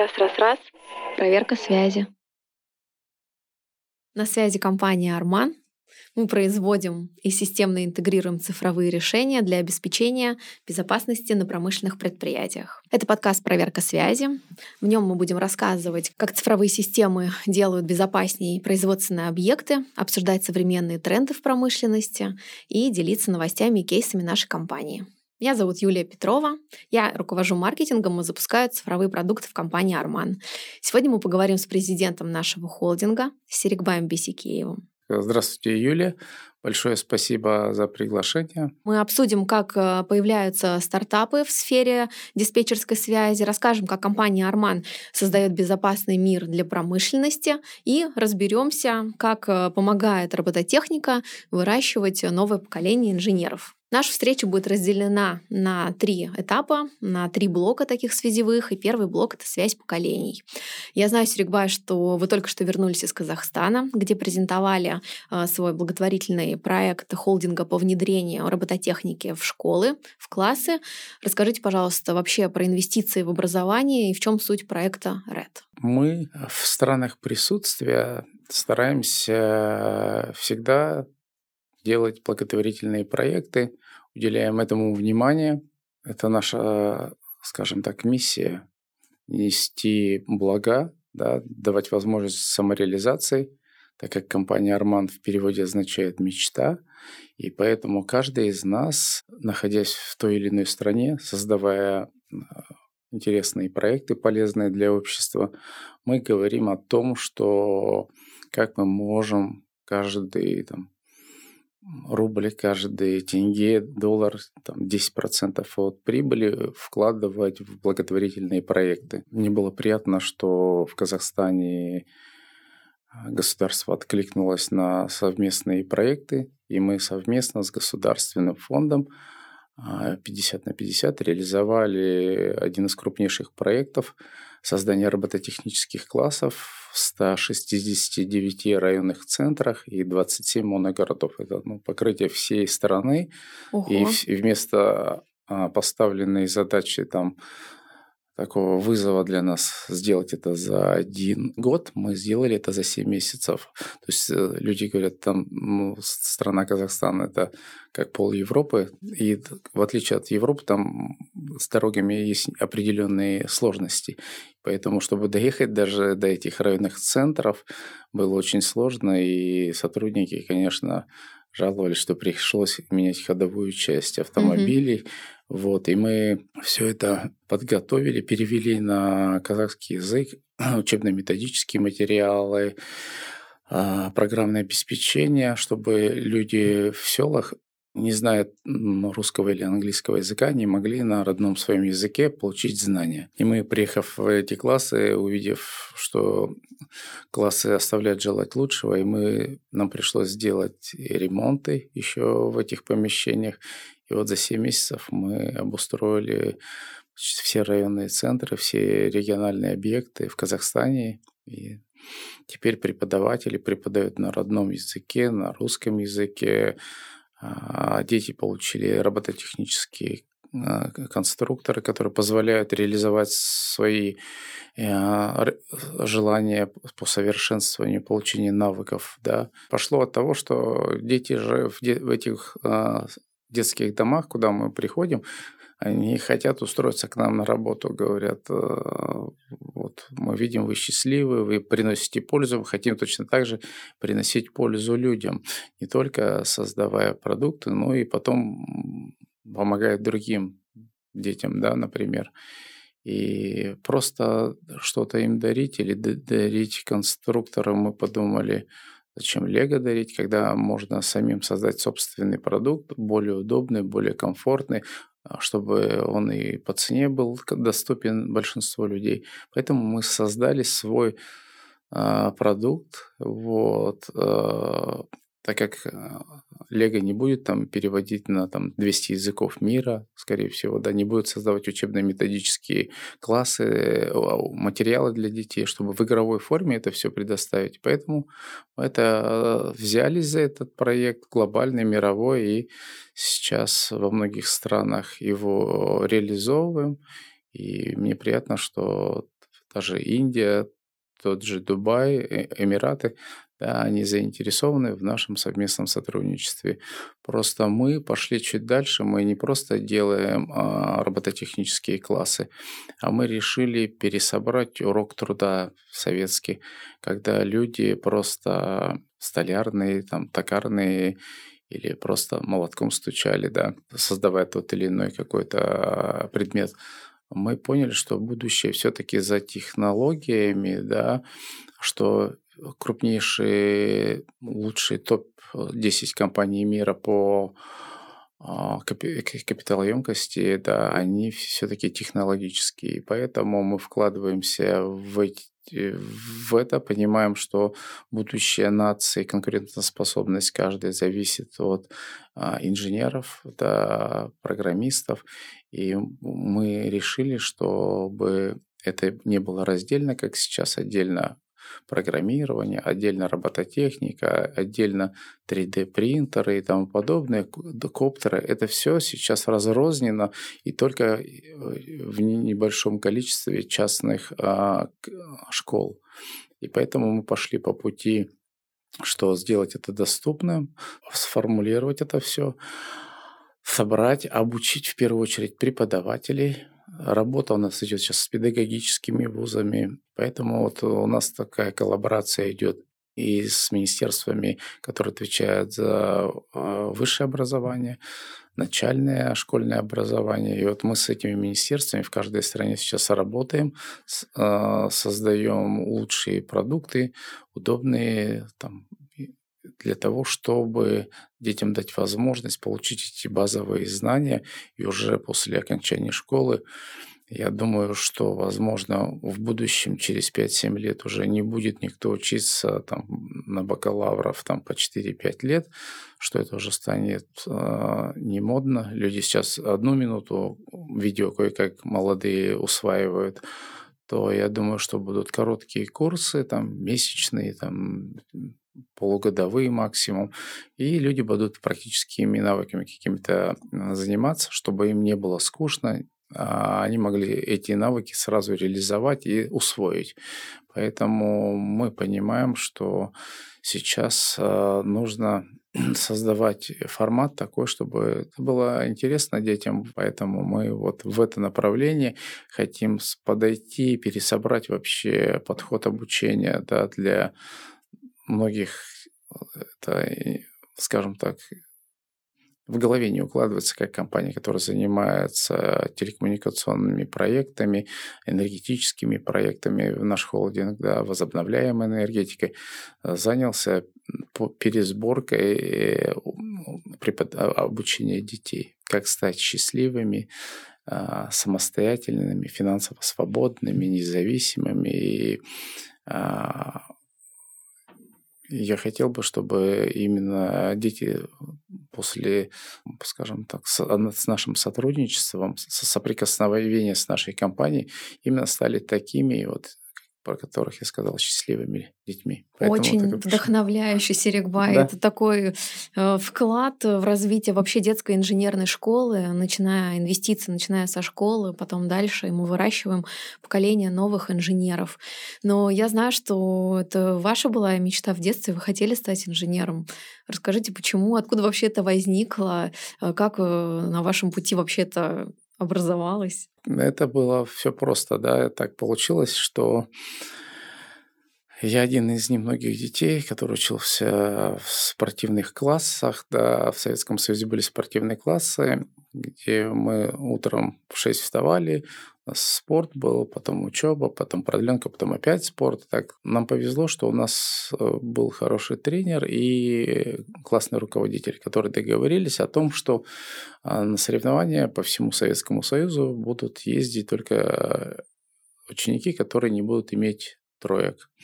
Раз. Проверка связи. На связи компания Арман. Мы производим и системно интегрируем цифровые решения для обеспечения безопасности на промышленных предприятиях. Это подкаст «Проверка связи». В нем мы будем рассказывать, как цифровые системы делают безопаснее производственные объекты, обсуждать современные тренды в промышленности и делиться новостями и кейсами нашей компании. Меня зовут Юлия Петрова, я руковожу маркетингом и запускаю цифровые продукты в компании «Арман». Сегодня мы поговорим с президентом нашего холдинга Серикбаем Бейсекеевым. Здравствуйте, Юлия. Большое спасибо за приглашение. Мы обсудим, как появляются стартапы в сфере диспетчерской связи, расскажем, как компания «Арман» создает безопасный мир для промышленности и разберемся, как помогает робототехника выращивать новое поколение инженеров. Наша встреча будет разделена на 3 этапа, на 3 блока таких связевых. И первый блок — это связь поколений. Я знаю, Серикбай, что вы только что вернулись из Казахстана, где презентовали свой благотворительный проект холдинга по внедрению робототехники в школы, в классы. Расскажите, пожалуйста, вообще про инвестиции в образование и в чем суть проекта RED. Мы в странах присутствия стараемся всегда делать благотворительные проекты, уделяем этому внимание. Это наша, скажем так, миссия — нести блага, давать возможность самореализации, так как компания «Арман» в переводе означает «мечта». И поэтому каждый из нас, находясь в той или иной стране, создавая интересные проекты, полезные для общества, мы говорим о том, что как мы можем каждый рубль, каждый тенге, доллар, 10% от прибыли вкладывать в благотворительные проекты. Мне было приятно, что в Казахстане государство откликнулось на совместные проекты, и мы совместно с государственным фондом 50/50 реализовали один из крупнейших проектов создания робототехнических классов в 169 районных центрах и 27 моногородов. Это покрытие всей страны. И вместо поставленной задачи такого вызова для нас сделать это за 1 год, мы сделали это за 7 месяцев. То есть люди говорят, страна Казахстан — это как пол Европы, и в отличие от Европы, там с дорогами есть определенные сложности. Поэтому, чтобы доехать даже до этих районных центров, было очень сложно, и сотрудники, конечно, жаловались, что пришлось менять ходовую часть автомобилей. И мы все это подготовили, перевели на казахский язык, учебно-методические материалы, программное обеспечение, чтобы люди в селах, не зная русского или английского языка, не могли на родном своем языке получить знания. И мы, приехав в эти классы, увидев, что классы оставляют желать лучшего, и нам пришлось сделать ремонты еще в этих помещениях. И за 7 месяцев мы обустроили все районные центры, все региональные объекты в Казахстане. И теперь преподаватели преподают на родном языке, на русском языке. Дети получили робототехнические конструкторы, которые позволяют реализовать свои желания по совершенствованию, получению навыков. Пошло от того, что дети же в этих детских домах, куда мы приходим, они хотят устроиться к нам на работу, говорят, мы видим, вы счастливы, вы приносите пользу, мы хотим точно так же приносить пользу людям, не только создавая продукты, но и потом помогая другим детям, например. И просто что-то им дарить или дарить конструкторам, мы подумали, зачем лего дарить, когда можно самим создать собственный продукт, более удобный, более комфортный, чтобы он и по цене был доступен большинству людей. Поэтому мы создали свой продукт. Так как Лего не будет переводить на 200 языков мира, скорее всего, не будет создавать учебно-методические классы, материалы для детей, чтобы в игровой форме это все предоставить. Поэтому мы взялись за этот проект глобальный, мировой, и сейчас во многих странах его реализовываем. И мне приятно, что даже Индия, тот же Дубай, Эмираты, да, они заинтересованы в нашем совместном сотрудничестве. Просто мы пошли чуть дальше, мы не просто делаем робототехнические классы, а мы решили пересобрать урок труда советский, когда люди просто столярные, там, токарные или просто молотком стучали, да, создавая тот или иной какой-то предмет. Мы поняли, что будущее все-таки за технологиями, да, что крупнейшие, лучшие топ-10 компаний мира по капиталоемкости, да, они все-таки технологические. Поэтому мы вкладываемся в это, понимаем, что будущее нации, конкурентоспособность каждой зависит от инженеров, да, программистов. И мы решили, чтобы это не было раздельно, как сейчас отдельно программирование, отдельно робототехника, отдельно 3D-принтеры и тому подобное, коптеры. Это все сейчас разрознено и только в небольшом количестве частных школ. И поэтому мы пошли по пути, что сделать это доступным, сформулировать это все, собрать, обучить в первую очередь преподавателей. Работа у нас идет сейчас с педагогическими вузами, поэтому вот у нас такая коллаборация идет и с министерствами, которые отвечают за высшее образование, начальное школьное образование. И вот мы с этими министерствами в каждой стране сейчас работаем, создаем лучшие продукты, удобные там, для того, чтобы детям дать возможность получить эти базовые знания. И уже после окончания школы, я думаю, что, возможно, в будущем, через 5-7 лет, уже не будет никто учиться там, на бакалавров там, по 4-5 лет, что это уже станет не модно. Люди сейчас 1 минуту видео кое-как молодые усваивают, то я думаю, что будут короткие курсы, там, месячные, там, полугодовые максимум, и люди будут практическими навыками какими-то заниматься, чтобы им не было скучно, а они могли эти навыки сразу реализовать и усвоить. Поэтому мы понимаем, что сейчас нужно создавать формат такой, чтобы это было интересно детям. Поэтому мы вот в это направление хотим подойти, пересобрать вообще подход обучения, да, для многих. Это, скажем так, в голове не укладывается, как компания, которая занимается телекоммуникационными проектами, энергетическими проектами, наш холдинг, да, возобновляемой энергетикой, занялся пересборкой обучения детей, как стать счастливыми, самостоятельными, финансово свободными, независимыми. И я хотел бы, чтобы именно дети после, скажем так, с нашим сотрудничеством, соприкосновения с нашей компанией, именно стали такими вот, про которых я сказал, счастливыми детьми. Очень вдохновляющий, Серикбай. Да. Это такой вклад в развитие вообще детской инженерной школы, инвестиции, начиная со школы, потом дальше, и мы выращиваем поколение новых инженеров. Но я знаю, что это ваша была мечта в детстве, вы хотели стать инженером. Расскажите, почему, откуда вообще это возникло, как на вашем пути вообще это образовалось? Это было все просто, да, так получилось, что я один из немногих детей, который учился в спортивных классах, да, в Советском Союзе были спортивные классы, где мы утром в 6 вставали, у нас спорт был, потом учеба, потом продленка, потом опять спорт. Так нам повезло, что у нас был хороший тренер и классный руководитель, которые договорились о том, что на соревнования по всему Советскому Союзу будут ездить только ученики, которые не будут иметь троек.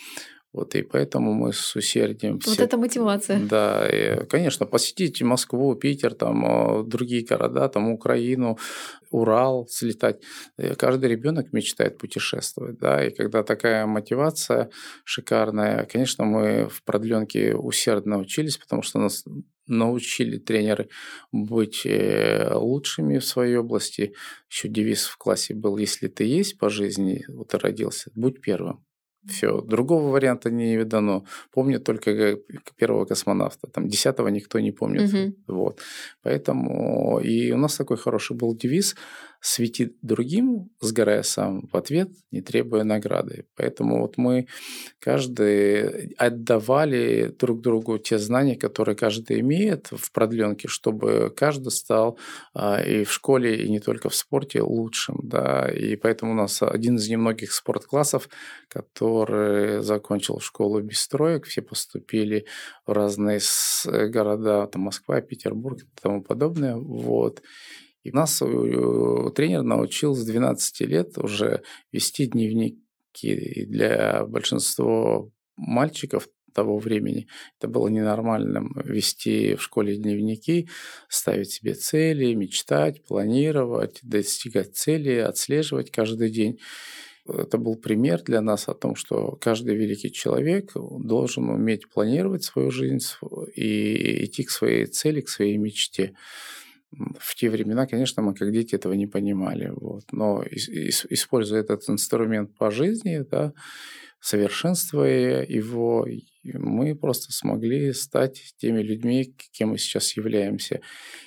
Вот, и поэтому мы с усердием Вот это мотивация. Да, и, конечно, посетить Москву, Питер, там, другие города, там, Украину, Урал слетать. Каждый ребенок мечтает путешествовать, да, и когда такая мотивация шикарная, конечно, мы в продленке усердно учились, потому что нас научили тренеры быть лучшими в своей области. Еще девиз в классе был: если ты есть по жизни, вот ты родился, будь первым. Все, другого варианта не дано. Помнят только первого космонавта. Там 10-го никто не помнит. Вот. Поэтому и у нас такой хороший был девиз: свети другим, сгорая сам, в ответ не требуя награды. Поэтому вот мы каждый отдавали друг другу те знания, которые каждый имеет в продленке, чтобы каждый стал и в школе, и не только в спорте лучшим. Да. И поэтому у нас один из немногих спортклассов, который закончил школу без троек, все поступили в разные города, там Москва, Петербург и тому подобное. Вот. И нас тренер научил с 12 лет уже вести дневники. И для большинства мальчиков того времени это было ненормальным вести в школе дневники, ставить себе цели, мечтать, планировать, достигать цели, отслеживать каждый день. Это был пример для нас о том, что каждый великий человек должен уметь планировать свою жизнь и идти к своей цели, к своей мечте. В те времена, конечно, мы как дети этого не понимали. Вот. Но используя этот инструмент по жизни, да, совершенствуя его, мы просто смогли стать теми людьми, кем мы сейчас являемся.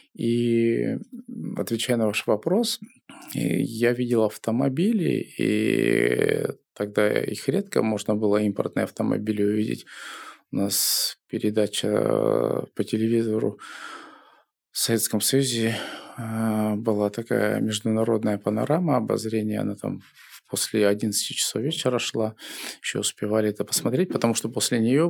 И отвечая на ваш вопрос, я видел автомобили, и тогда их редко можно было, импортные автомобили, увидеть. У нас передача по телевизору в Советском Союзе была такая международная панорама обозрения, она там после 11 часов вечера шла, еще успевали это посмотреть, потому что после нее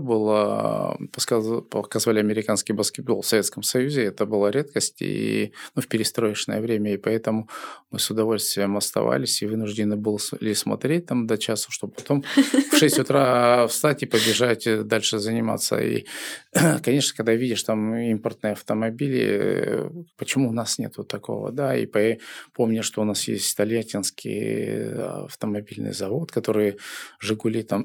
показывали американский баскетбол в Советском Союзе, это была редкость и в перестроечное время, и поэтому мы с удовольствием оставались и вынуждены были смотреть там до часу, чтобы потом в 6 утра встать и побежать дальше заниматься. И, конечно, когда видишь там импортные автомобили, почему у нас нету такого, да, и помню, что у нас есть Тольяттинский автомобильный завод, который «Жигули» там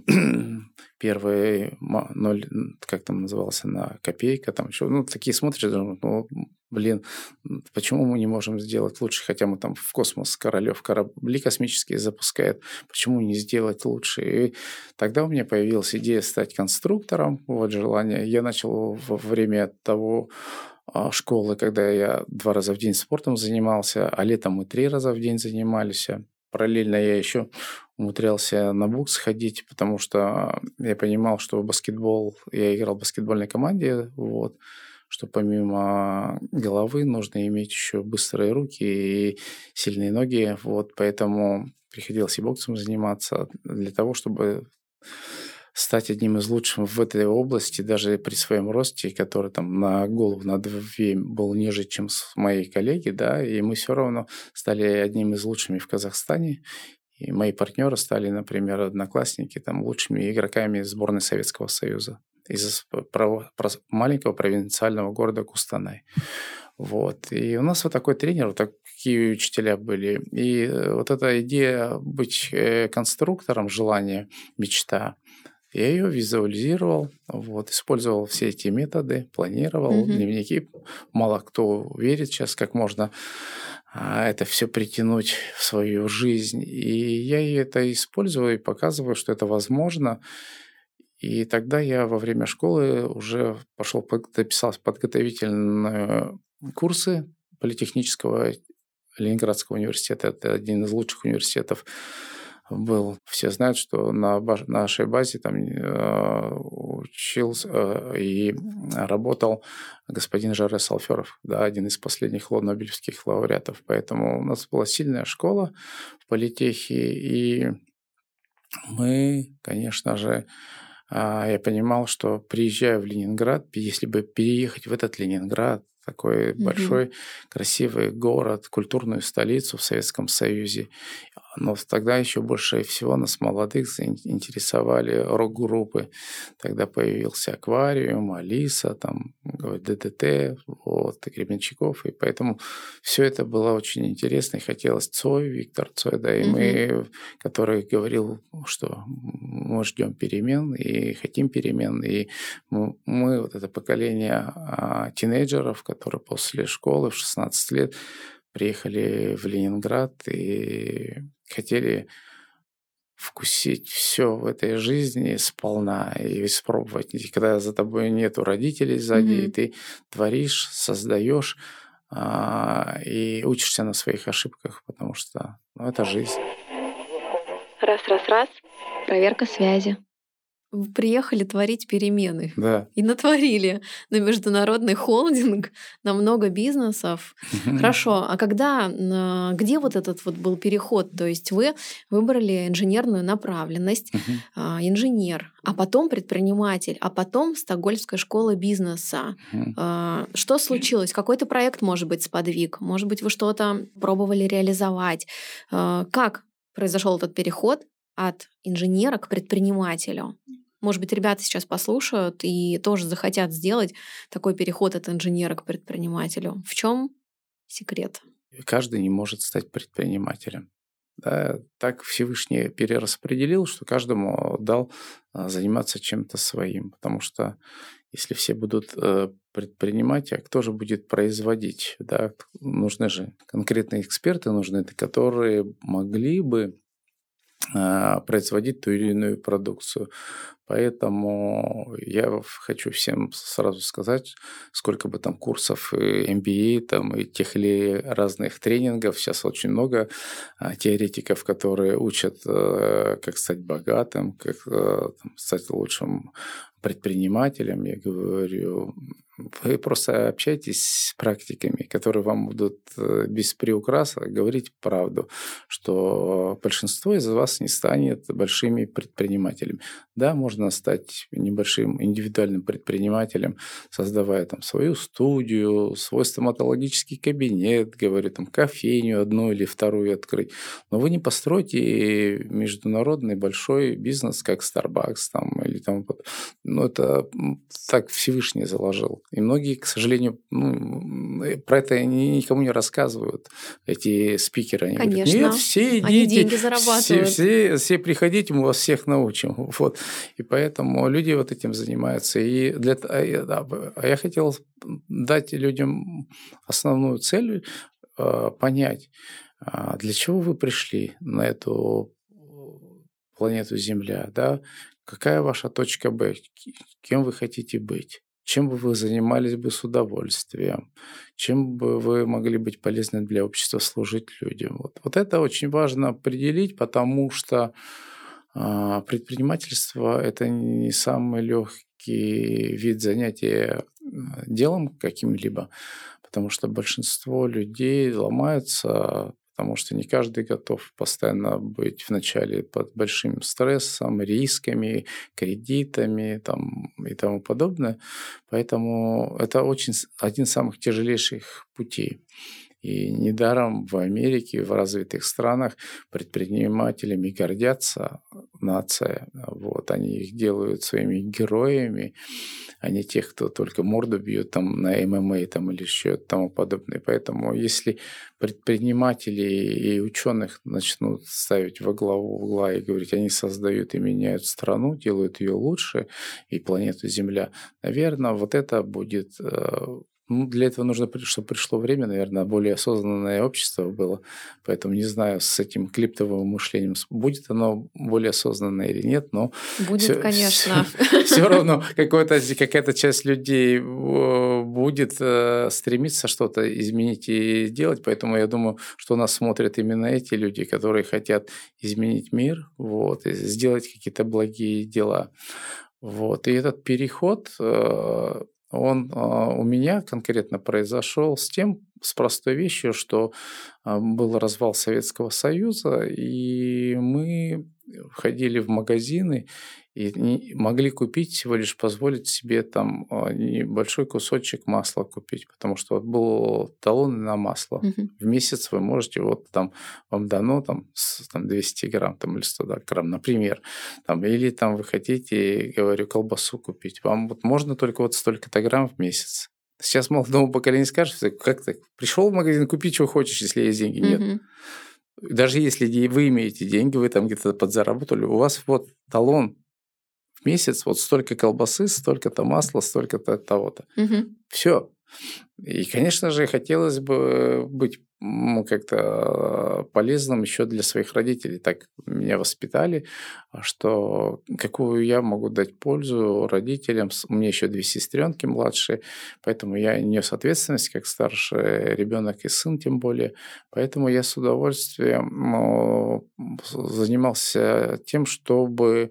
первый 0, как там назывался, на копейка, там еще, такие смотришь, блин, почему мы не можем сделать лучше, хотя мы там в космос Королёв корабли космические запускает, почему не сделать лучше? И тогда у меня появилась идея стать конструктором, вот желание. Я начал во время того школы, когда я 2 раза в день спортом занимался, а летом мы 3 раза в день занимались. Параллельно я еще умудрялся на бокс ходить, потому что я понимал, что я играл в баскетбольной команде, вот, что помимо головы нужно иметь еще быстрые руки и сильные ноги, вот, поэтому приходилось и боксом заниматься для того, чтобы стать одним из лучших в этой области, даже при своем росте, который там на голову, на 2 был ниже, чем мои коллеги, да, и мы все равно стали одним из лучших в Казахстане. И мои партнеры стали, например, одноклассники, там, лучшими игроками сборной Советского Союза из маленького провинциального города Кустанай. Вот. И у нас вот такой тренер, вот такие учителя были. И вот эта идея быть конструктором, желание, мечта, я ее визуализировал, вот, использовал все эти методы, планировал дневники. Мало кто верит сейчас, как можно это все притянуть в свою жизнь. И я это использую и показываю, что это возможно. И тогда я во время школы уже записал подготовительные курсы Политехнического Ленинградского университета. Это один из лучших университетов был. Все знают, что на нашей базе там учился и работал господин Жарес Салферов, да, один из последних нобелевских лауреатов. Поэтому у нас была сильная школа в политехе, и мы, конечно же, я понимал, что приезжая в Ленинград, если бы переехать в этот Ленинград, такой Мгм. большой, красивый город, культурную столицу в Советском Союзе. Но тогда еще больше всего нас, молодых, интересовали рок-группы. Тогда появился «Аквариум», «Алиса», там, «ДДТ», вот, Гребенщиков. И поэтому все это было очень интересно. И хотелось Цой, Виктор Цой, да, и Мгм. мы, который говорил, что мы ждем перемен и хотим перемен. И мы вот это поколение тинейджеров, которые после школы в 16 лет приехали в Ленинград и хотели вкусить все в этой жизни сполна и испробовать. И когда за тобой нету родителей сзади, и Мгм. ты творишь, создаешь и учишься на своих ошибках, потому что это жизнь. Раз, раз, раз. Проверка связи. Приехали творить перемены. Да. И натворили на международный холдинг, на много бизнесов. Мгм. Хорошо, а где вот этот вот был переход? То есть вы выбрали инженерную направленность, Мгм. инженер, а потом предприниматель, а потом Стокгольмская школа бизнеса. Мгм. Что случилось? Какой-то проект, может быть, сподвиг? Может быть, вы что-то пробовали реализовать? Как произошел этот переход от инженера к предпринимателю? Может быть, ребята сейчас послушают и тоже захотят сделать такой переход от инженера к предпринимателю. В чем секрет? Каждый не может стать предпринимателем. Да, так Всевышний перераспределил, что каждому дал заниматься чем-то своим. Потому что если все будут предпринимать, а кто же будет производить? Да? Нужны же конкретные эксперты, нужны, которые могли бы производить ту или иную продукцию. Поэтому я хочу всем сразу сказать, сколько бы там курсов и MBA, там, и тех или разных тренингов, сейчас очень много теоретиков, которые учат, как стать богатым, как там, стать лучшим предпринимателем. Я говорю, вы просто общайтесь с практиками, которые вам будут без приукраса говорить правду, что большинство из вас не станет большими предпринимателями. Да, можно стать небольшим индивидуальным предпринимателем, создавая там свою студию, свой стоматологический кабинет, говорю, там кофейню одну или вторую открыть. Но вы не построите международный большой бизнес, как Starbucks там, или там. Ну, это так Всевышний заложил. И многие, к сожалению, про это никому не рассказывают, эти спикеры. Они говорят, нет, Конечно, все они идите, деньги все, зарабатывают. все приходите, мы вас всех научим. Вот. И поэтому люди вот этим занимаются. А я хотел дать людям основную цель понять, для чего вы пришли на эту планету Земля, да? Какая ваша точка Б, кем вы хотите быть? Чем бы вы занимались бы с удовольствием? Чем бы вы могли быть полезны для общества, служить людям? Вот это очень важно определить, потому что предпринимательство – это не самый легкий вид занятия делом каким-либо, потому что большинство людей ломаются, потому что не каждый готов постоянно быть вначале под большим стрессом, рисками, кредитами там, и тому подобное. Поэтому это один из самых тяжелейших путей. И недаром в Америке, в развитых странах предпринимателями гордятся нация. Вот, они их делают своими героями, а не тех, кто только морду бьет там, на ММА там, или еще тому подобное. Поэтому если предпринимателей и ученых начнут ставить во главу угла и говорить, они создают и меняют страну, делают ее лучше и планету Земля, наверное, вот это будет для этого нужно, чтобы пришло время, наверное, более осознанное общество было. Поэтому не знаю, с этим клиптовым мышлением будет оно более осознанное или нет, но Будет, все, конечно. все равно какая-то часть людей будет стремиться что-то изменить и делать. Поэтому я думаю, что нас смотрят именно эти люди, которые хотят изменить мир, вот, и сделать какие-то благие дела. Вот. И этот переход, он у меня конкретно произошел с простой вещью, что был развал Советского Союза, и мы ходили в магазины и могли купить, всего лишь позволить себе там небольшой кусочек масла купить, потому что вот был талон на масло. В месяц вы можете, вот там вам дано там 200 грамм там, или 100 грамм, например, там, или там вы хотите, говорю, колбасу купить, вам вот можно только вот столько-то грамм в месяц. Сейчас молодому поколению скажешь, как так, пришел в магазин, купи, что хочешь, если есть деньги. Нет. Даже если вы имеете деньги, вы там где-то подзаработали, у вас вот талон в месяц, вот столько колбасы, столько-то масла, столько-то того-то. Все. И, конечно же, хотелось бы быть как-то полезным еще для своих родителей. Так меня воспитали, что какую я могу дать пользу родителям. У меня еще 2 сестренки младшие, поэтому я нес ответственность как старший ребенок и сын тем более. Поэтому я с удовольствием занимался тем, чтобы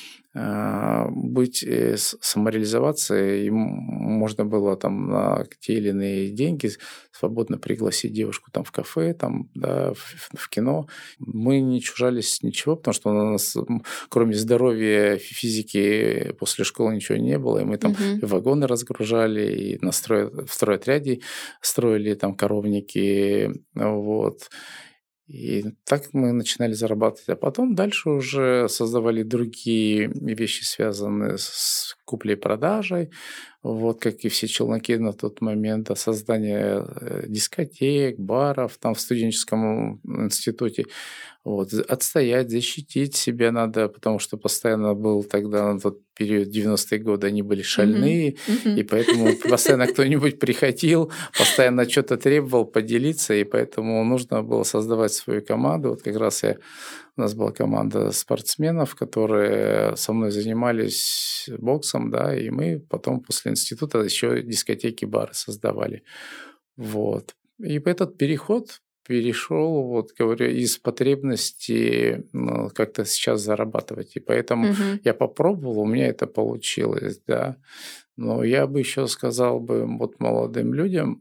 быть самореализацией, и можно было там на те или иные деньги свободно пригласить девушку там в кафе, там, да, в кино. Мы не чужались ничего, потому что у нас, кроме здоровья, физики, после школы ничего не было, и мы там вагоны разгружали, и в стройотряде строили там коровники, вот. И так мы начинали зарабатывать. А потом дальше уже создавали другие вещи, связанные с куплей-продажей. Вот как и все челноки на тот момент, создание дискотек, баров там в студенческом институте. Вот. Отстоять, защитить себя надо, потому что постоянно был тогда, на тот период, 90-е годы, они были шальные, и поэтому постоянно кто-нибудь приходил, постоянно что-то требовал поделиться, и поэтому нужно было создавать свою команду. Вот как раз у нас была команда спортсменов, которые со мной занимались боксом, да, и мы потом после института еще дискотеки, бары создавали. Вот. И этот переход перешел, вот говорю, из потребности как-то сейчас зарабатывать. И поэтому я попробовал, у меня это получилось, да. Но я бы еще сказал бы вот молодым людям,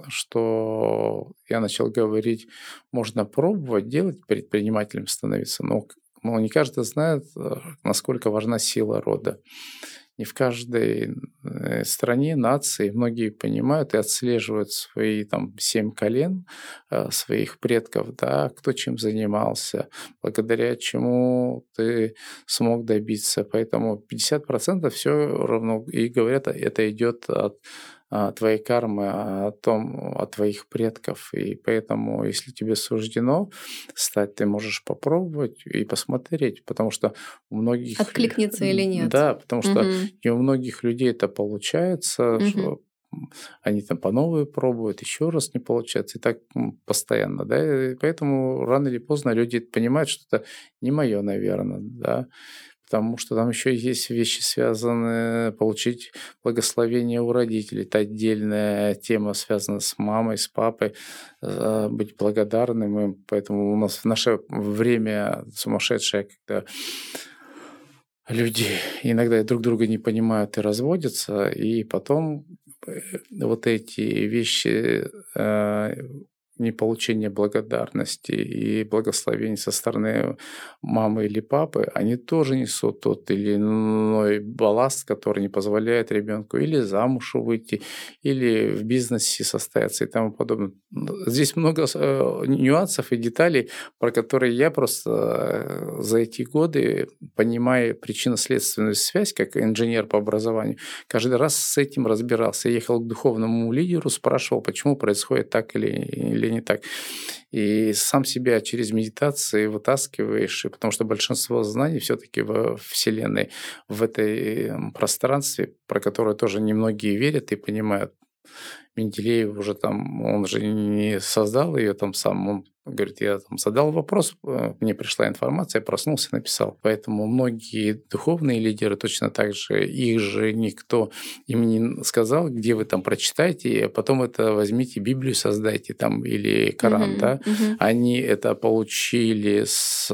что я начал говорить, можно пробовать делать, предпринимателем становиться, но не каждый знает, насколько важна сила рода. Не в каждой стране, нации многие понимают и отслеживают свои там 7 колен своих предков, да, кто чем занимался, благодаря чему ты смог добиться. Поэтому 50% все равно, и говорят, это идет от твоей кармы, от твоих предков. И поэтому, если тебе суждено стать, ты можешь попробовать и посмотреть, потому что у многих... Откликнется или нет. Да, потому что не у многих людей это получается, что они там по новой пробуют, еще раз не получается, и так постоянно, да, и поэтому рано или поздно люди понимают, что это не мое, наверное, да, потому что там еще есть вещи, связанные получить благословение у родителей. Это отдельная тема, связанная с мамой, с папой, быть благодарным им. Поэтому у нас в наше время сумасшедшее, когда люди иногда друг друга не понимают и разводятся, и потом вот эти вещи неполучение благодарности и благословений со стороны мамы или папы, они тоже несут тот или иной балласт, который не позволяет ребенку или замуж выйти, или в бизнесе состояться и тому подобное. Здесь много нюансов и деталей, про которые я просто за эти годы, понимая причинно-следственную связь, как инженер по образованию, каждый раз с этим разбирался. Я ехал к духовному лидеру, спрашивал, почему происходит так или не так. И сам себя через медитации вытаскиваешь, потому что большинство знаний все-таки во Вселенной, в этой пространстве, про которое тоже немногие верят и понимают. Менделеев уже там, он же не создал ее там сам, он говорит, я там задал вопрос, мне пришла информация, я проснулся, написал. Поэтому многие духовные лидеры точно так же, их же никто им не сказал, где вы там прочитаете, а потом это возьмите Библию, создайте там или Коран, да. Они это получили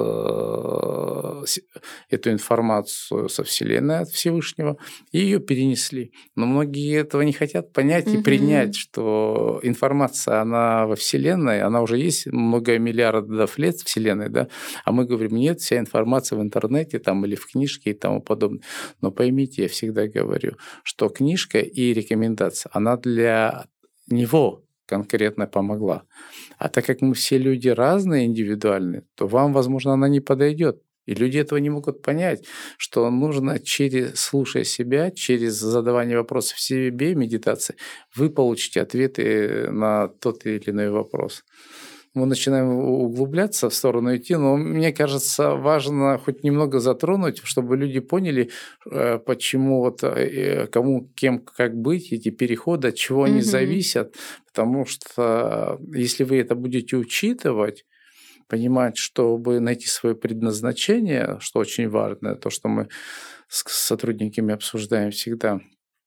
эту информацию со Вселенной от Всевышнего и ее перенесли. Но многие этого не хотят понять и принять. понять, что информация, она во Вселенной, она уже есть много миллиардов лет Вселенной, да, а мы говорим, нет, вся информация в интернете там, или в книжке и тому подобное. Но поймите, я всегда говорю, что книжка и рекомендация, она для него конкретно помогла. А так как мы все люди разные, индивидуальные, то вам, возможно, она не подойдет. И люди этого не могут понять, что нужно слушая себя, через задавание вопросов себе, медитации, вы получите ответы на тот или иной вопрос. Мы начинаем углубляться в сторону идти, но мне кажется, важно хоть немного затронуть, чтобы люди поняли, почему кому, кем, как быть, эти переходы, от чего они зависят, потому что если вы это будете учитывать, понимать, чтобы найти свое предназначение, что очень важно, то, что мы с сотрудниками обсуждаем всегда,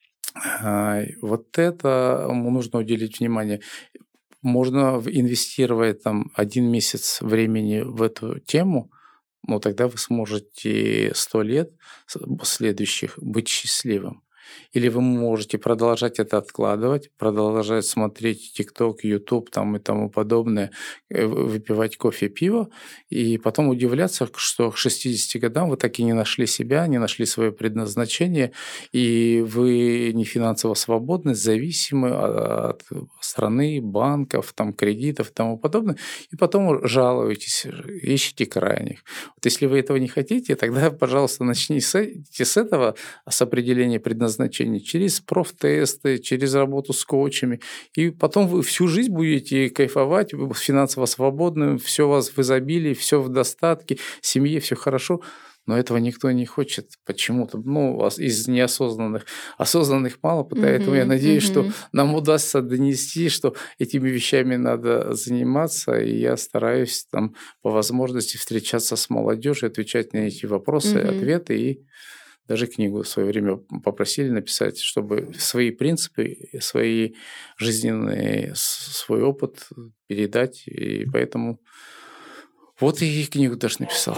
вот это нужно уделить внимание. Можно инвестировать там 1 месяц времени в эту тему, но тогда вы сможете 100 лет следующих быть счастливым. Или вы можете продолжать это откладывать, продолжать смотреть ТикТок, Ютуб там и тому подобное, выпивать кофе, пиво, и потом удивляться, что к 60 годам вы так и не нашли себя, не нашли свое предназначение, и вы не финансово свободны, зависимы от страны, банков, там, кредитов и тому подобное, и потом жалуетесь, ищете крайних. Вот если вы этого не хотите, тогда, пожалуйста, начните с этого, с определения предназначения, через профтесты, через работу с коучами. И потом вы всю жизнь будете кайфовать, финансово свободным, все у вас в изобилии, все в достатке, в семье все хорошо. Но этого никто не хочет почему-то, из неосознанных. Осознанных мало, поэтому я надеюсь, что нам удастся донести, что этими вещами надо заниматься, и я стараюсь там по возможности встречаться с молодежью, отвечать на эти вопросы, ответы, и даже книгу в свое время попросили написать, чтобы свои принципы, свои жизненные, свой опыт передать. И поэтому вот и книгу даже написал.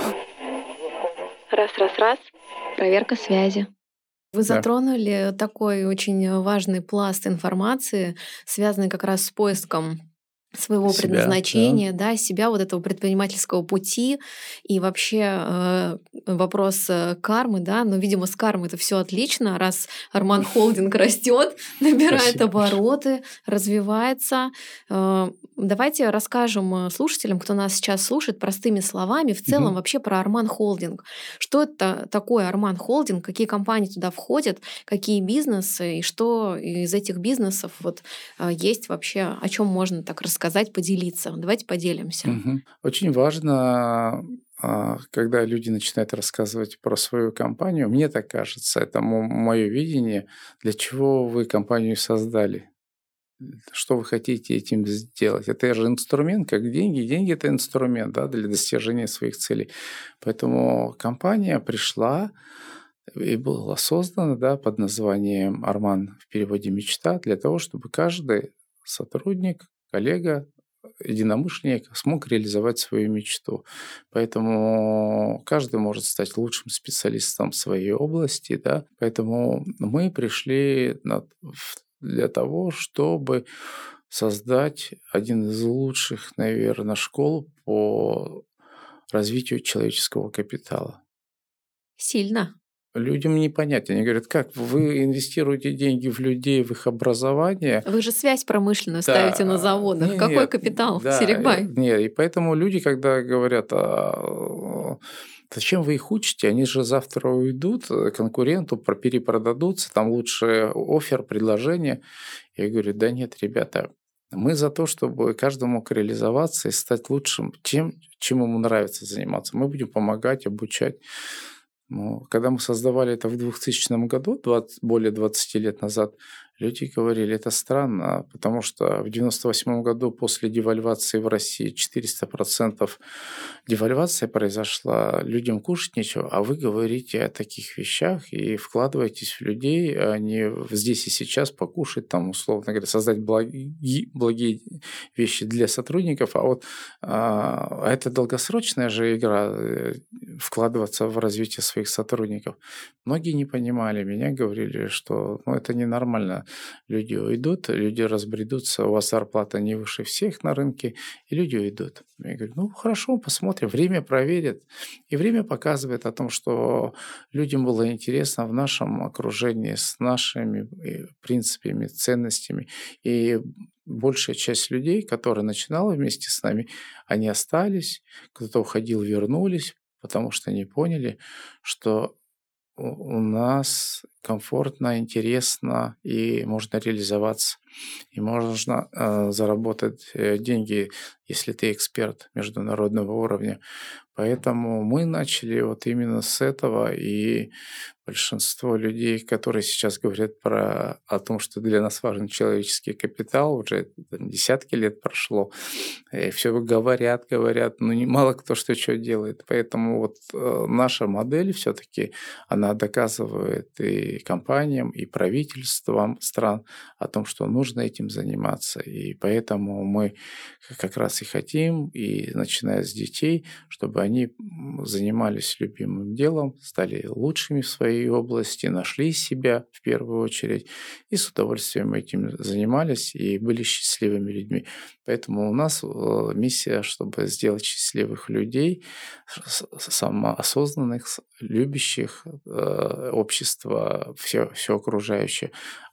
Раз. Проверка связи. Вы затронули такой очень важный пласт информации, связанный как раз с поиском своего предназначения, себя, вот этого предпринимательского пути и вообще вопрос кармы, но, видимо, с кармой это все отлично, раз Арман Холдинг растет, набирает обороты, развивается. Давайте расскажем слушателям, кто нас сейчас слушает, простыми словами, в целом вообще про Арман Холдинг. Что это такое Арман Холдинг, какие компании туда входят, какие бизнесы, и что из этих бизнесов есть вообще, о чем можно так рассказать, поделиться. Давайте поделимся. Очень важно, когда люди начинают рассказывать про свою компанию, мне так кажется, это мое видение, для чего вы компанию создали. Что вы хотите этим сделать? Это же инструмент, как деньги. Деньги – это инструмент для достижения своих целей. Поэтому компания пришла и была создана под названием «Арман» в переводе «мечта» для того, чтобы каждый сотрудник, коллега, единомышленник смог реализовать свою мечту. Поэтому каждый может стать лучшим специалистом в своей области. Поэтому мы пришли для того, чтобы создать один из лучших, наверное, школ по развитию человеческого капитала. Сильно. Людям не понять. Они говорят, как вы инвестируете деньги в людей, в их образование. Вы же связь промышленную ставите на заводах. Какой капитал, Серикбай? Нет, и поэтому люди, когда говорят, зачем вы их учите, они же завтра уйдут, конкуренту перепродадутся, там лучше оффер, предложение. Я говорю, да нет, ребята, мы за то, чтобы каждый мог реализоваться и стать лучшим тем, чем ему нравится заниматься. Мы будем помогать, обучать. Когда мы создавали это в 2000 году, более 20 лет назад, люди говорили, это странно, потому что в 1998 году после девальвации в России 400% девальвация произошла, людям кушать нечего, а вы говорите о таких вещах и вкладываетесь в людей, а не здесь и сейчас покушать, там, условно говоря, создать благие вещи для сотрудников, а это долгосрочная же игра, вкладываться в развитие своих сотрудников. Многие не понимали меня, говорили, что это ненормально. люди уйдут, люди разбредутся, у вас зарплата не выше всех на рынке, и люди уйдут. Я говорю, ну хорошо, посмотрим, время проверит. И время показывает о том, что людям было интересно в нашем окружении с нашими принципами, ценностями. И большая часть людей, которая начинала вместе с нами, они остались, кто-то уходил, вернулись, потому что они поняли, что у нас комфортно, интересно, и можно реализоваться, и можно заработать деньги, если ты эксперт международного уровня. Поэтому мы начали вот именно с этого, и большинство людей, которые сейчас говорят о том, что для нас важен человеческий капитал, уже там, десятки лет прошло, и все говорят, но мало кто что делает. Поэтому вот наша модель все-таки, она доказывает и компаниям, и правительствам стран о том, что нужно этим заниматься. И поэтому мы как раз и хотим, и начиная с детей, чтобы они занимались любимым делом, стали лучшими в своей области, нашли себя в первую очередь, и с удовольствием этим занимались, и были счастливыми людьми. Поэтому у нас миссия, чтобы сделать счастливых людей, самоосознанных, любящих общество, все окружающее.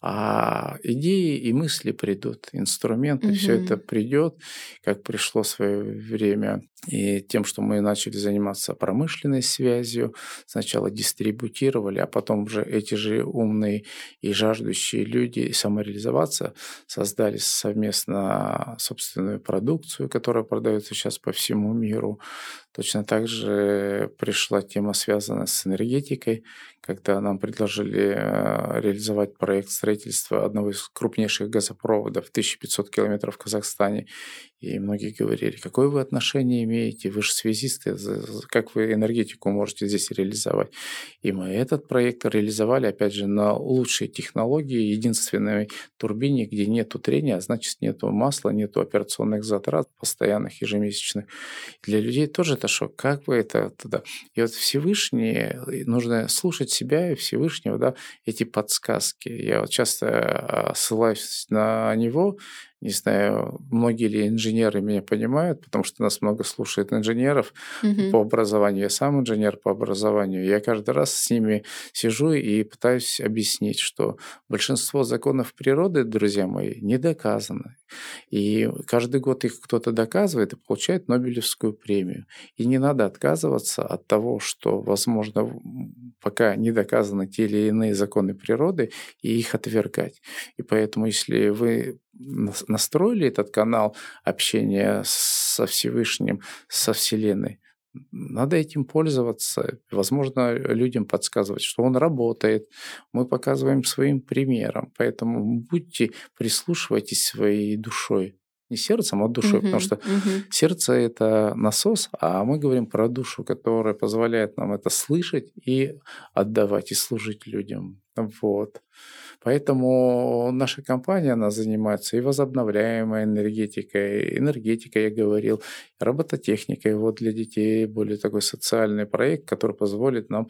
А идеи и мысли придут, инструменты, все это придет, как пришло в свое время. И тем, что мы начали заниматься промышленной связью, сначала дистрибутировали, а потом уже эти же умные и жаждущие люди самореализоваться создали совместно собственную продукцию, которая продается сейчас по всему миру. Точно так же пришла тема, связанная с энергетикой, когда нам предложили реализовать проект строительства одного из крупнейших газопроводов, 1500 километров в Казахстане. И многие говорили, какое вы отношение имеете, вы же связисты, как вы энергетику можете здесь реализовать. И мы этот проект реализовали, опять же, на лучшей технологии, единственной турбине, где нет трения, а значит, нет масла, нет операционных затрат постоянных, ежемесячных. Для людей тоже это шок. Как вы это туда? И вот Всевышний, нужно слушать себя и Всевышнего, да, эти подсказки. Я вот часто ссылаюсь на него. Не знаю, многие ли инженеры меня понимают, потому что нас много слушает инженеров по образованию. Я сам инженер по образованию. Я каждый раз с ними сижу и пытаюсь объяснить, что большинство законов природы, друзья мои, не доказаны. И каждый год их кто-то доказывает и получает Нобелевскую премию. И не надо отказываться от того, что, возможно, пока не доказаны те или иные законы природы, и их отвергать. И поэтому, если вы настроили этот канал общения со Всевышним, со Вселенной, надо этим пользоваться, возможно, людям подсказывать, что он работает. Мы показываем своим примером, поэтому будьте, прислушивайтесь своей душой. Не сердцем, а душой, потому что сердце – это насос, а мы говорим про душу, которая позволяет нам это слышать и отдавать, и служить людям. Вот. Поэтому наша компания, она занимается и возобновляемой энергетикой, я говорил, робототехникой. Вот для детей более такой социальный проект, который позволит нам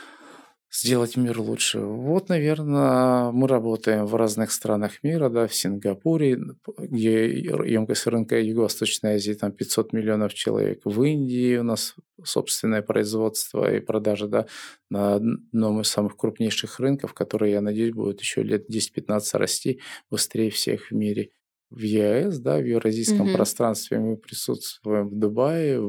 сделать мир лучше. Вот, наверное, мы работаем в разных странах мира, да, в Сингапуре, где емкость рынка Юго-Восточной Азии, там 500 миллионов человек. В Индии у нас собственное производство и продажа, да, на одном из самых крупнейших рынков, который, я надеюсь, будет еще лет 10-15 расти быстрее всех в мире. В ЕАЭС, да, в евразийском пространстве мы присутствуем в Дубае,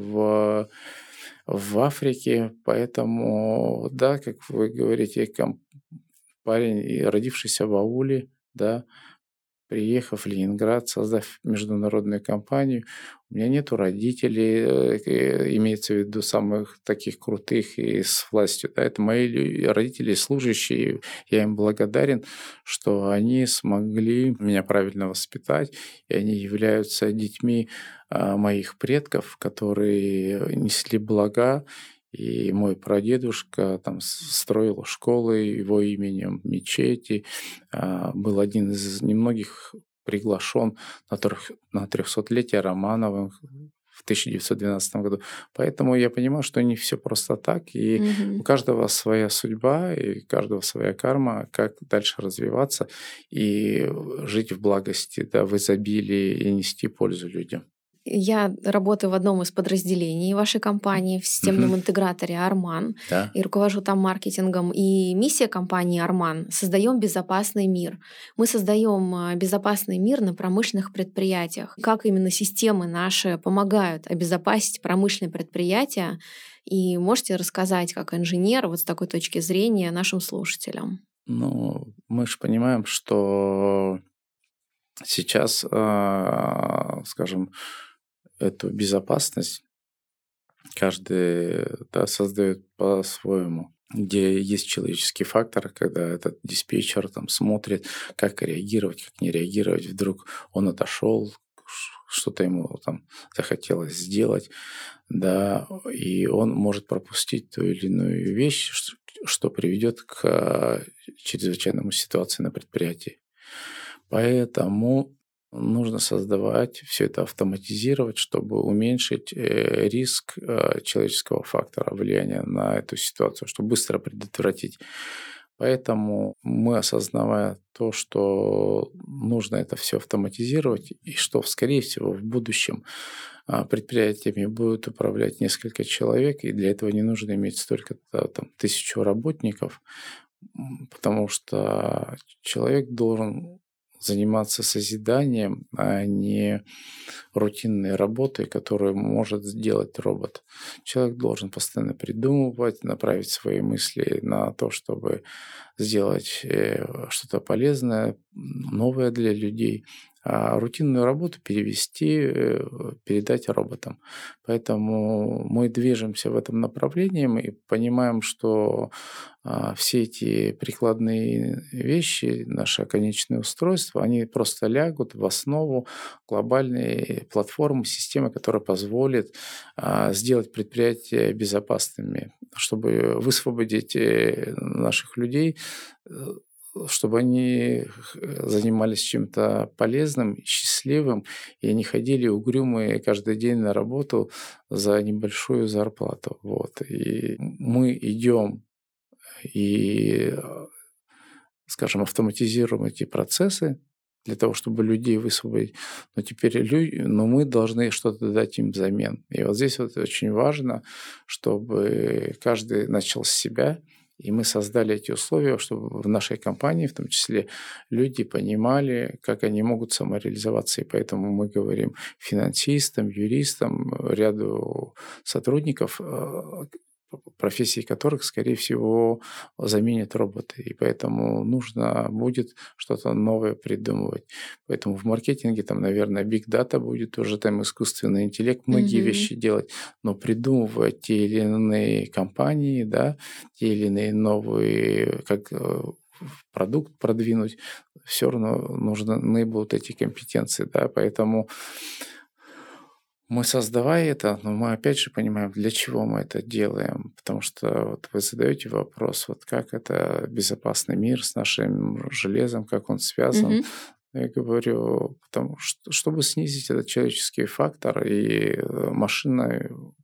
в Африке, поэтому, да, как вы говорите, парень, родившийся в ауле, да, приехав в Ленинград, создав международную компанию, у меня нету родителей, имеется в виду самых таких крутых и с властью. Да, это мои родители, служащие. Я им благодарен, что они смогли меня правильно воспитать, и они являются детьми моих предков, которые несли блага. И мой прадедушка там строил школы его именем, мечети, был один из немногих приглашен на 300-летие Романовых в 1912 году. Поэтому я понимаю, что не все просто так, и у Мгм. каждого своя судьба, и у каждого своя карма, как дальше развиваться и жить в благости, да, в изобилии и нести пользу людям. Я работаю в одном из подразделений вашей компании в Мгм. системном интеграторе Арман Да. и руковожу там маркетингом. И миссия компании Арман — создаем безопасный мир. Мы создаем безопасный мир на промышленных предприятиях. Как именно системы наши помогают обезопасить промышленные предприятия? И можете рассказать, как инженер, вот с такой точки зрения, нашим слушателям? Ну, мы же понимаем, что сейчас, скажем, эту безопасность каждый, да, создает по-своему. Где есть человеческий фактор, когда этот диспетчер там смотрит, как реагировать, как не реагировать. Вдруг он отошел, что-то ему там захотелось сделать, да, и он может пропустить ту или иную вещь, что приведет к чрезвычайному ситуации на предприятии. Поэтому нужно создавать, все это автоматизировать, чтобы уменьшить риск человеческого фактора влияния на эту ситуацию, чтобы быстро предотвратить. Поэтому мы, осознавая то, что нужно это все автоматизировать, и что, скорее всего, в будущем предприятиями будет управлять несколько человек, и для этого не нужно иметь столько-то там 1000 работников, потому что человек должен заниматься созиданием, а не рутинной работой, которую может сделать робот. Человек должен постоянно придумывать, направить свои мысли на то, чтобы сделать что-то полезное, новое для людей, а рутинную работу перевести, передать роботам. Поэтому мы движемся в этом направлении и понимаем, что все эти прикладные вещи, наше конечное устройство, они просто лягут в основу глобальной платформы, системы, которая позволит сделать предприятия безопасными, чтобы высвободить наших людей, э, чтобы они занимались чем-то полезным, счастливым, и не ходили угрюмые каждый день на работу за небольшую зарплату. Вот. И мы идем и, скажем, автоматизируем эти процессы для того, чтобы людей высвободить. Но мы должны что-то дать им взамен. И вот здесь вот очень важно, чтобы каждый начал с себя, и мы создали эти условия, чтобы в нашей компании, в том числе, люди понимали, как они могут самореализоваться. И поэтому мы говорим финансистам, юристам, ряду сотрудников, профессии которых, скорее всего, заменят роботы. И поэтому нужно будет что-то новое придумывать. Поэтому в маркетинге там, наверное, big data будет уже там искусственный интеллект, многие Мгм. вещи делать, но придумывать те или иные компании, да, те или иные новые, как продукт продвинуть, все равно нужны будут эти компетенции, да, поэтому мы, создавая это, но мы опять же понимаем, для чего мы это делаем. Потому что вот вы задаете вопрос, вот как это безопасный мир с нашим железом, как он связан. Мгм. Я говорю, потому что, чтобы снизить этот человеческий фактор, и машина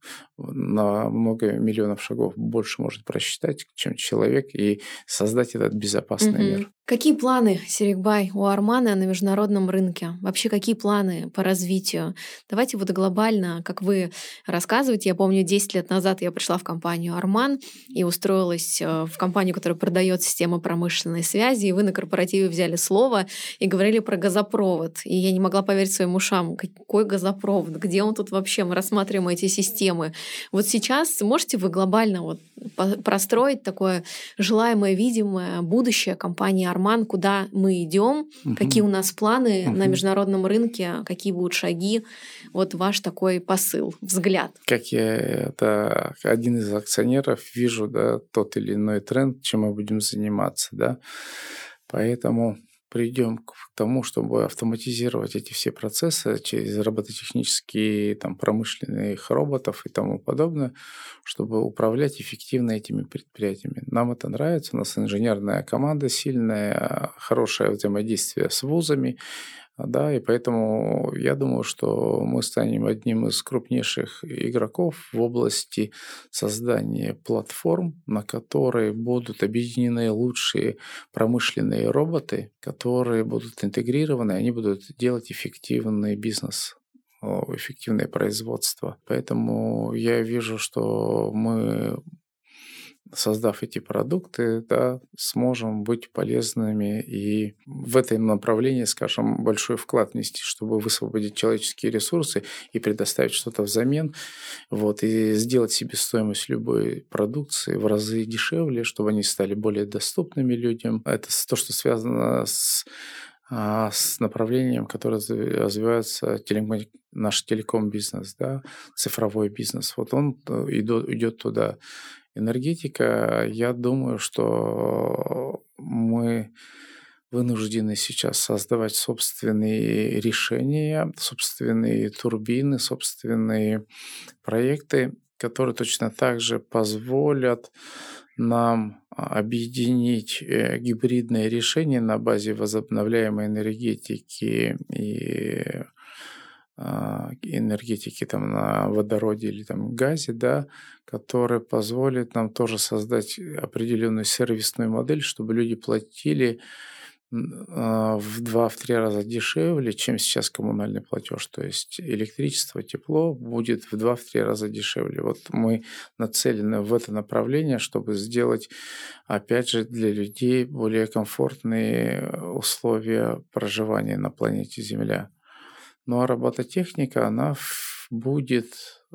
на много миллионов шагов больше может просчитать, чем человек, и создать этот безопасный Мгм. мир. Какие планы, Серикбай, у Армана на международном рынке? Вообще, какие планы по развитию? Давайте вот глобально, как вы рассказываете. Я помню, 10 лет назад я пришла в компанию Арман и устроилась в компанию, которая продает системы промышленной связи, и вы на корпоративе взяли слово и говорили про газопровод. И я не могла поверить своим ушам. Какой газопровод? Где он тут вообще? Мы рассматриваем эти системы. Вот сейчас можете вы глобально вот простроить такое желаемое, видимое будущее компании Арман, куда мы идем, какие у Мгм. нас планы на Мгм. международном рынке, какие будут шаги. Вот ваш такой посыл, взгляд. Как я это один из акционеров вижу, да, тот или иной тренд, чем мы будем заниматься, да. Поэтому придем к тому, чтобы автоматизировать эти все процессы через робототехнические, там, промышленных роботов и тому подобное, чтобы управлять эффективно этими предприятиями. Нам это нравится, у нас инженерная команда сильная, хорошее взаимодействие с вузами, Да, и поэтому я думаю, что мы станем одним из крупнейших игроков в области создания платформ, на которые будут объединены лучшие промышленные роботы, которые будут интегрированы, они будут делать эффективный бизнес, эффективное производство. Поэтому я вижу, что мы, создав эти продукты, да, сможем быть полезными и в этом направлении, скажем, большой вклад внести, чтобы высвободить человеческие ресурсы и предоставить что-то взамен, вот, и сделать себестоимость любой продукции в разы дешевле, чтобы они стали более доступными людям. Это то, что связано с направлением, которое развивается наш телеком-бизнес, да, цифровой бизнес. Вот он идет туда. Энергетика, я думаю, что мы вынуждены сейчас создавать собственные решения, собственные турбины, собственные проекты, которые точно так же позволят нам объединить гибридные решения на базе возобновляемой энергетики и энергетики там, на водороде или там, газе, да, который позволит нам тоже создать определенную сервисную модель, чтобы люди платили в 2-3 раза дешевле, чем сейчас коммунальный платеж. То есть электричество, тепло будет в 2-3 раза дешевле. Вот мы нацелены в это направление, чтобы сделать, опять же, для людей более комфортные условия проживания на планете Земля. Ну а робототехника, она будет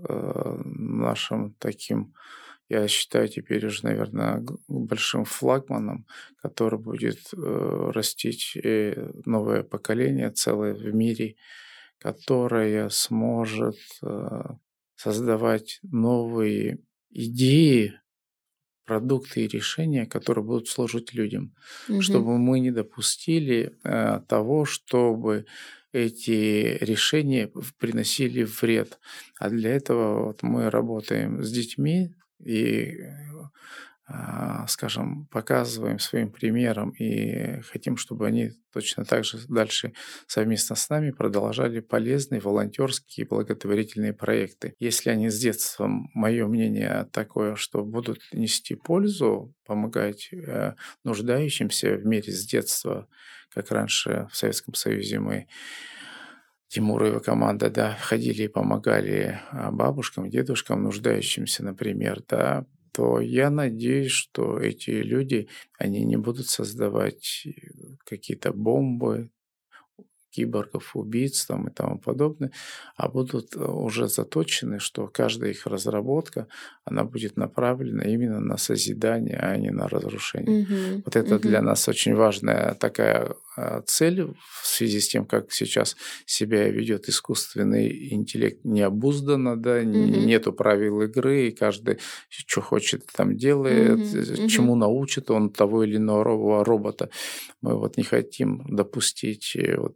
нашим таким, я считаю, теперь уже, наверное, большим флагманом, который будет растить новое поколение целое в мире, которое сможет создавать новые идеи, продукты и решения, которые будут служить людям, Мгм. чтобы мы не допустили того, чтобы эти решения приносили вред. А для этого вот мы работаем с детьми и, скажем, показываем своим примером и хотим, чтобы они точно так же дальше совместно с нами продолжали полезные волонтерские и благотворительные проекты. Если они с детства, мое мнение такое, что будут нести пользу, помогать нуждающимся в мире с детства, как раньше в Советском Союзе мы, Тимур и его команда, да, ходили и помогали бабушкам, дедушкам, нуждающимся, например, да, то я надеюсь, что эти люди, они не будут создавать какие-то бомбы, киборгов, убийц там и тому подобное, а будут уже заточены, что каждая их разработка, она будет направлена именно на созидание, а не на разрушение. Мгм. Вот это Мгм. для нас очень важная такая цель в связи с тем, как сейчас себя ведет искусственный интеллект необузданно, да, Мгм. нету правил игры, и каждый что хочет там делает, Мгм. Мгм. чему научит он того или иного робота. Мы вот не хотим допустить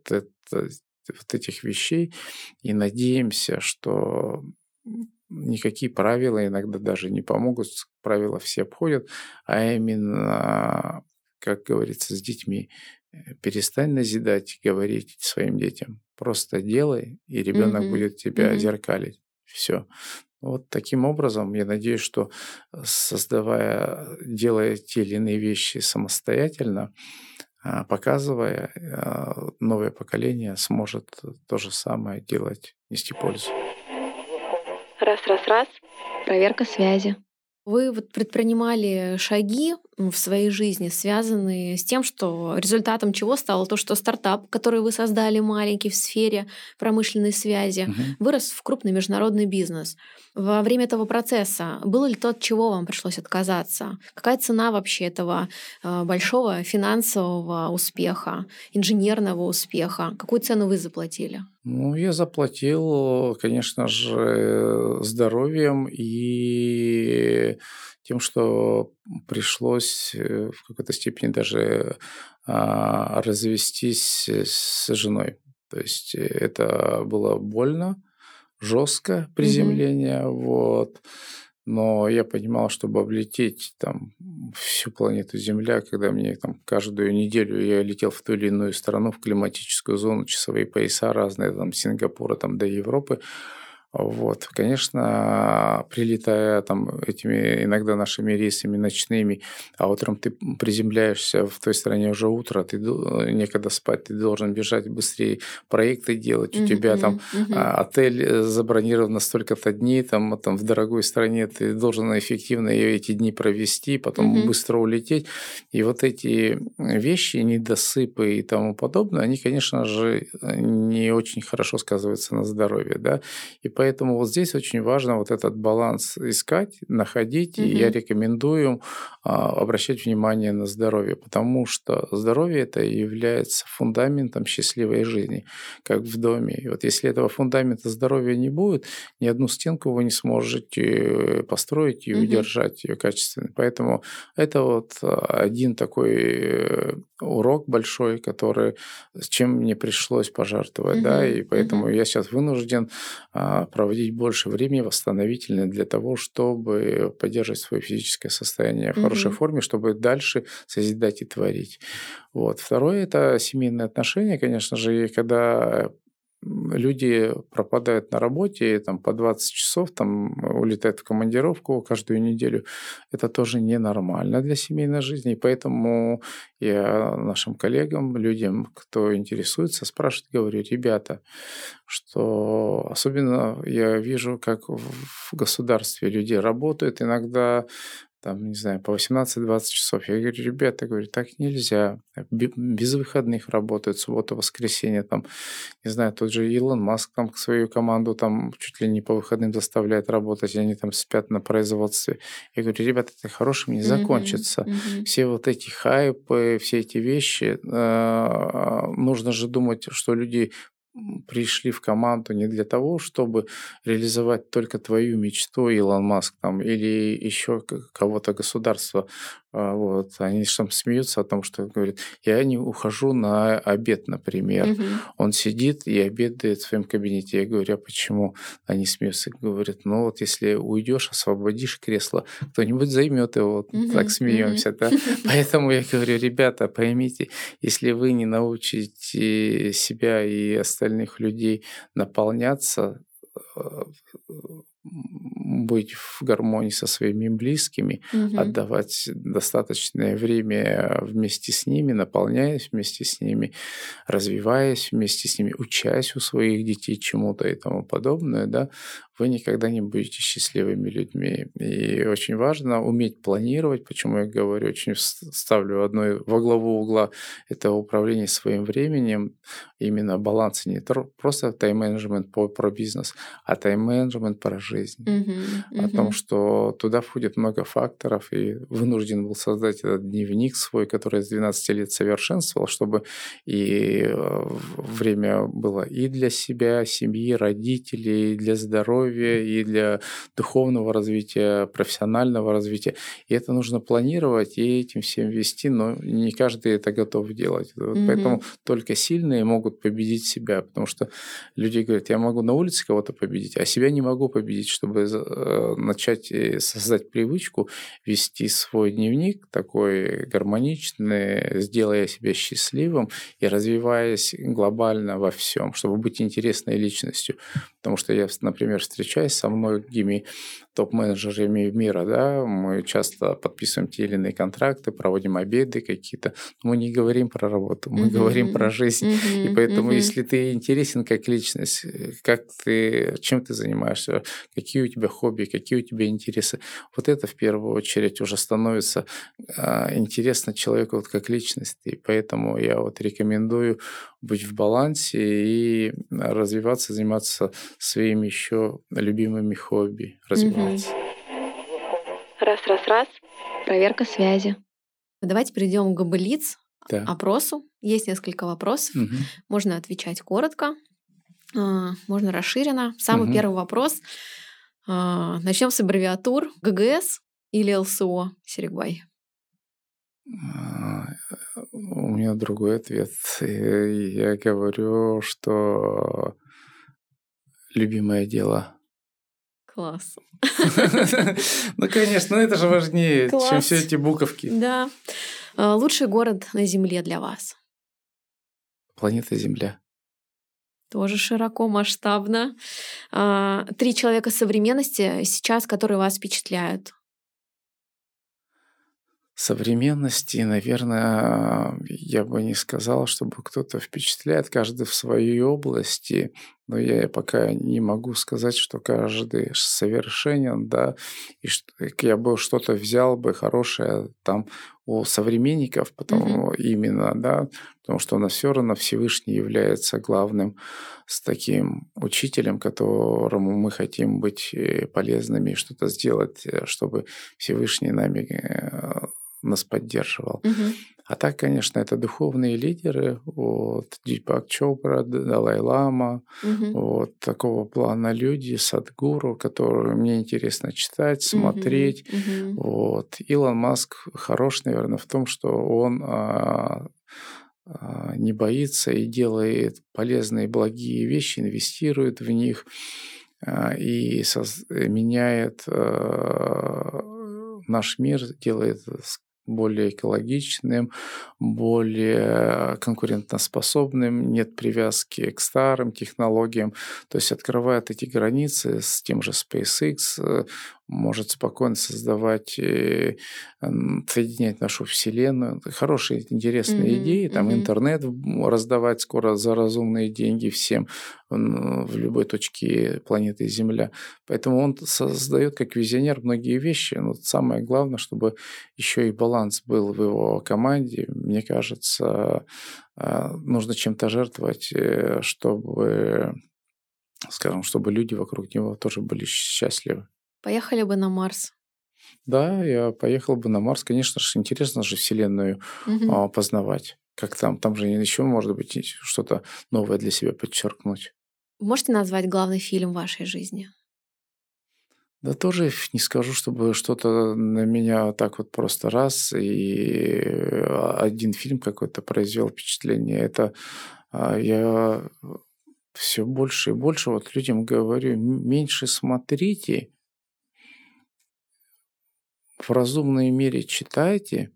вот этих вещей и надеемся, что никакие правила иногда даже не помогут, правила все обходят, а именно, как говорится, с детьми. Перестань назидать, говорить своим детям. Просто делай, и ребенок Мгм. будет тебя Мгм. зеркалить. Все. Вот таким образом, я надеюсь, что делая те или иные вещи самостоятельно, показывая, новое поколение сможет то же самое делать, нести пользу. Раз, раз, раз. Проверка связи. Вы вот предпринимали шаги в своей жизни, связанные с тем, что результатом чего стало то, что стартап, который вы создали маленький в сфере промышленной связи, Мгм. вырос в крупный международный бизнес. Во время этого процесса было ли то, от чего вам пришлось отказаться? Какая цена вообще этого большого финансового успеха, инженерного успеха? Какую цену вы заплатили? Ну, я заплатил, конечно же, здоровьем и тем, что пришлось в какой-то степени даже развестись с женой. То есть это было больно, жестко Мгм. приземление, вот. но я понимал, чтобы облететь там всю планету Земля, когда мне там каждую неделю я летел в ту или иную страну, в климатическую зону, часовые пояса разные, там, с Сингапура там, до Европы. Вот, конечно, прилетая там этими иногда нашими рейсами ночными, а утром ты приземляешься в той стране уже утро, ты некогда спать, ты должен бежать быстрее проекты делать, у тебя там отель забронирован на столько-то дней, там в дорогой стране ты должен эффективно эти дни провести, потом быстро улететь. И вот эти вещи, недосыпы и тому подобное, они, конечно же, не очень хорошо сказываются на здоровье, да, и поэтому вот здесь очень важно вот этот баланс искать, находить, и я рекомендую обращать внимание на здоровье, потому что здоровье это является фундаментом счастливой жизни, как в доме. И вот если этого фундамента здоровья не будет, ни одну стенку вы не сможете построить и удержать ее качественно. Поэтому это вот один такой урок большой, который, с чем мне пришлось пожертвовать, да, и поэтому я сейчас вынужден проводить больше времени восстановительно для того, чтобы поддерживать свое физическое состояние в хорошей форме, чтобы дальше созидать и творить. Вот. Второе – это семейные отношения, конечно же, и когда люди пропадают на работе, там, по 20 часов, там, улетают в командировку каждую неделю. Это тоже ненормально для семейной жизни. И поэтому я нашим коллегам, людям, кто интересуется, спрашиваю, говорю, ребята, что особенно я вижу, как в государстве люди работают иногда там, не знаю, по 18-20 часов. Я говорю, ребята, говорю, так нельзя. Без выходных работают, суббота, воскресенье. Там, не знаю, тот же Илон Маск там свою команду там чуть ли не по выходным заставляет работать, и они там спят на производстве. Я говорю, ребята, это хорошим не закончится. Все вот эти хайпы, все эти вещи, нужно же думать, что люди пришли в команду не для того, чтобы реализовать только твою мечту, Илон Маск там, или еще кого-то государства. Вот. Они же там смеются о том, что говорят, я не ухожу на обед, например. Он сидит и обедает в своем кабинете. Я говорю, а почему? Они смеются, говорят, ну вот если уйдешь, освободишь кресло, кто-нибудь займет его. Вот так смеемся, да. Поэтому я говорю, ребята, поймите, если вы не научите себя и остальных людей наполняться, быть в гармонии со своими близкими, отдавать достаточное время вместе с ними, наполняясь вместе с ними, развиваясь вместе с ними, учась у своих детей чему-то и тому подобное, да, вы никогда не будете счастливыми людьми. И очень важно уметь планировать, почему я говорю, очень ставлю во главу угла это управление своим временем, именно баланс, не просто тайм-менеджмент про бизнес, а тайм-менеджмент про жизнь. О том, что туда входит много факторов, и вынужден был создать этот дневник свой, который с 12 лет совершенствовал, чтобы и время было и для себя, семьи, родителей, и для здоровья, и для духовного развития, профессионального развития. И это нужно планировать и этим всем вести, но не каждый это готов делать. Вот поэтому только сильные могут победить себя, потому что люди говорят, я могу на улице кого-то победить, а себя не могу победить, чтобы начать создать привычку вести свой дневник такой гармоничный, сделая себя счастливым и развиваясь глобально во всем, чтобы быть интересной личностью. Потому что я, например, встречаюсь со многими топ-менеджерами мира, да, мы часто подписываем те или иные контракты, проводим обеды какие-то, но мы не говорим про работу, мы говорим про жизнь. И поэтому, если ты интересен как личность, чем ты занимаешься, какие у тебя хобби, какие у тебя интересы, вот это в первую очередь уже становится интересно человеку вот как личности. И поэтому я вот рекомендую быть в балансе и развиваться, заниматься своими еще любимыми хобби, развиваться. Раз. Проверка связи. Давайте перейдем к Блиц опросу. Есть несколько вопросов. Можно отвечать коротко, можно расширенно. Самый первый вопрос. Начнем с аббревиатур. ГГС или ЛСО, Серикбай? У меня другой ответ. Я говорю, что любимое дело. Класс. Ну, конечно, это же важнее, чем Класс. все эти буковки. Да. Лучший город на Земле для вас? Планета Земля. Тоже широко, масштабно. 3 человека современности сейчас, которые вас впечатляют. Современности, наверное, я бы не сказал, чтобы кто-то впечатляет, каждый в своей области, но я пока не могу сказать, что каждый совершенен, да, и я бы что-то взял бы хорошее там у современников, потому именно, да, потому что у нас все равно Всевышний является главным с таким учителем, которому мы хотим быть полезными и что-то сделать, чтобы Всевышний нас поддерживал. А так, конечно, это духовные лидеры, вот, Дипак Чопра, Далай-лама, вот такого плана люди, Садхгуру, которые мне интересно читать, смотреть. Вот. Илон Маск хорош, наверное, в том, что он не боится и делает полезные, благие вещи, инвестирует в них и меняет наш мир, делает более экологичным, более конкурентоспособным, нет привязки к старым технологиям, то есть открывает эти границы с тем же SpaceX, может спокойно создавать, соединять нашу Вселенную. Хорошие, интересные идеи, там интернет раздавать скоро за разумные деньги всем в любой точке планеты Земля. Поэтому он создает как визионер многие вещи, но самое главное, чтобы еще и баланс был в его команде. Мне кажется, нужно чем-то жертвовать, чтобы, скажем, чтобы люди вокруг него тоже были счастливы. Поехали бы на Марс. Да, я поехал бы на Марс. Конечно же, интересно же Вселенную познавать. Как там же еще может быть что-то новое для себя подчеркнуть. Можете назвать главный фильм в вашей жизни? Да тоже не скажу, чтобы что-то на меня так вот просто раз и один фильм какой-то произвел впечатление. Это я все больше и больше вот людям говорю, меньше смотрите, в разумной мере читайте,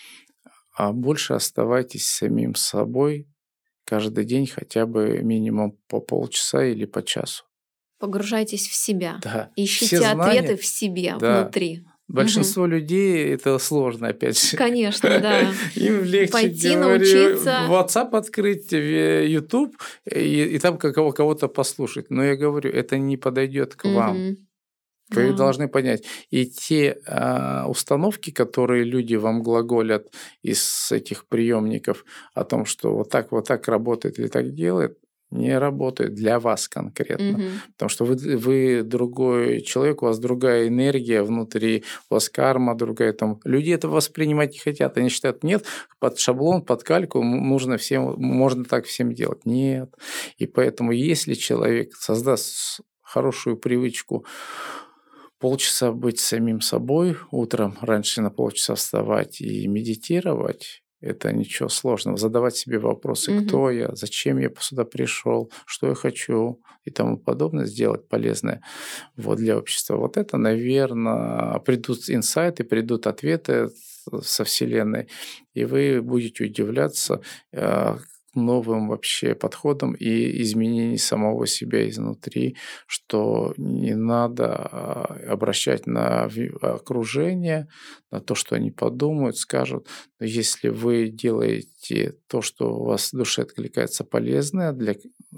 а больше оставайтесь самим собой каждый день хотя бы минимум по полчаса или по часу. Погружайтесь в себя. Да. Ищите Все знания, ответы в себе, да. внутри. Большинство людей это сложно, опять же. Конечно, да. Им легче, Пойти говорю, научиться. WhatsApp открыть, YouTube и там кого-то послушать. Но я говорю, это не подойдет к вам. Вы должны понять, и те установки, которые люди вам глаголят из этих приемников о том, что вот так работает или так делает, не работают для вас конкретно. Потому что вы другой человек, у вас другая энергия внутри, у вас карма другая. Там. Люди это воспринимать не хотят. Они считают, нет, под шаблон, под кальку можно так всем делать. Нет. И поэтому, если человек создаст хорошую привычку полчаса быть самим собой, утром раньше на полчаса вставать и медитировать, это ничего сложного. Задавать себе вопросы, кто я, зачем я сюда пришел, что я хочу и тому подобное, сделать полезное для общества. Вот это, наверное, придут инсайты, придут ответы со Вселенной, и вы будете удивляться новым вообще подходом и изменений самого себя изнутри, что не надо обращать на окружение, на то, что они подумают, скажут. Но если вы делаете то, что у вас в душе откликается полезное для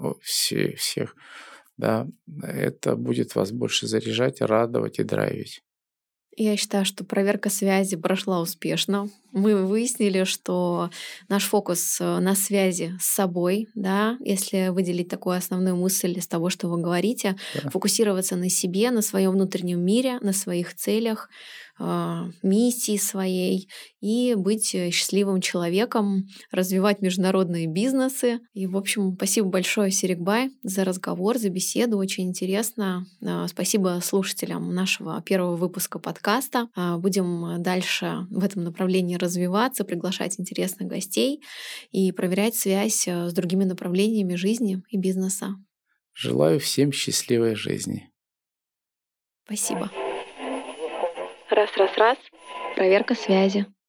всех, да, это будет вас больше заряжать, радовать и драйвить. Я считаю, что проверка связи прошла успешно. Мы выяснили, что наш фокус на связи с собой, да, если выделить такую основную мысль из того, что вы говорите, фокусироваться на себе, на своем внутреннем мире, на своих целях, миссии своей и быть счастливым человеком, развивать международные бизнесы. И, в общем, спасибо большое, Серикбай, за разговор, за беседу. Очень интересно. Спасибо слушателям нашего первого выпуска подкаста. Будем дальше в этом направлении развиваться, приглашать интересных гостей и проверять связь с другими направлениями жизни и бизнеса. Желаю всем счастливой жизни. Спасибо. Раз. Проверка связи.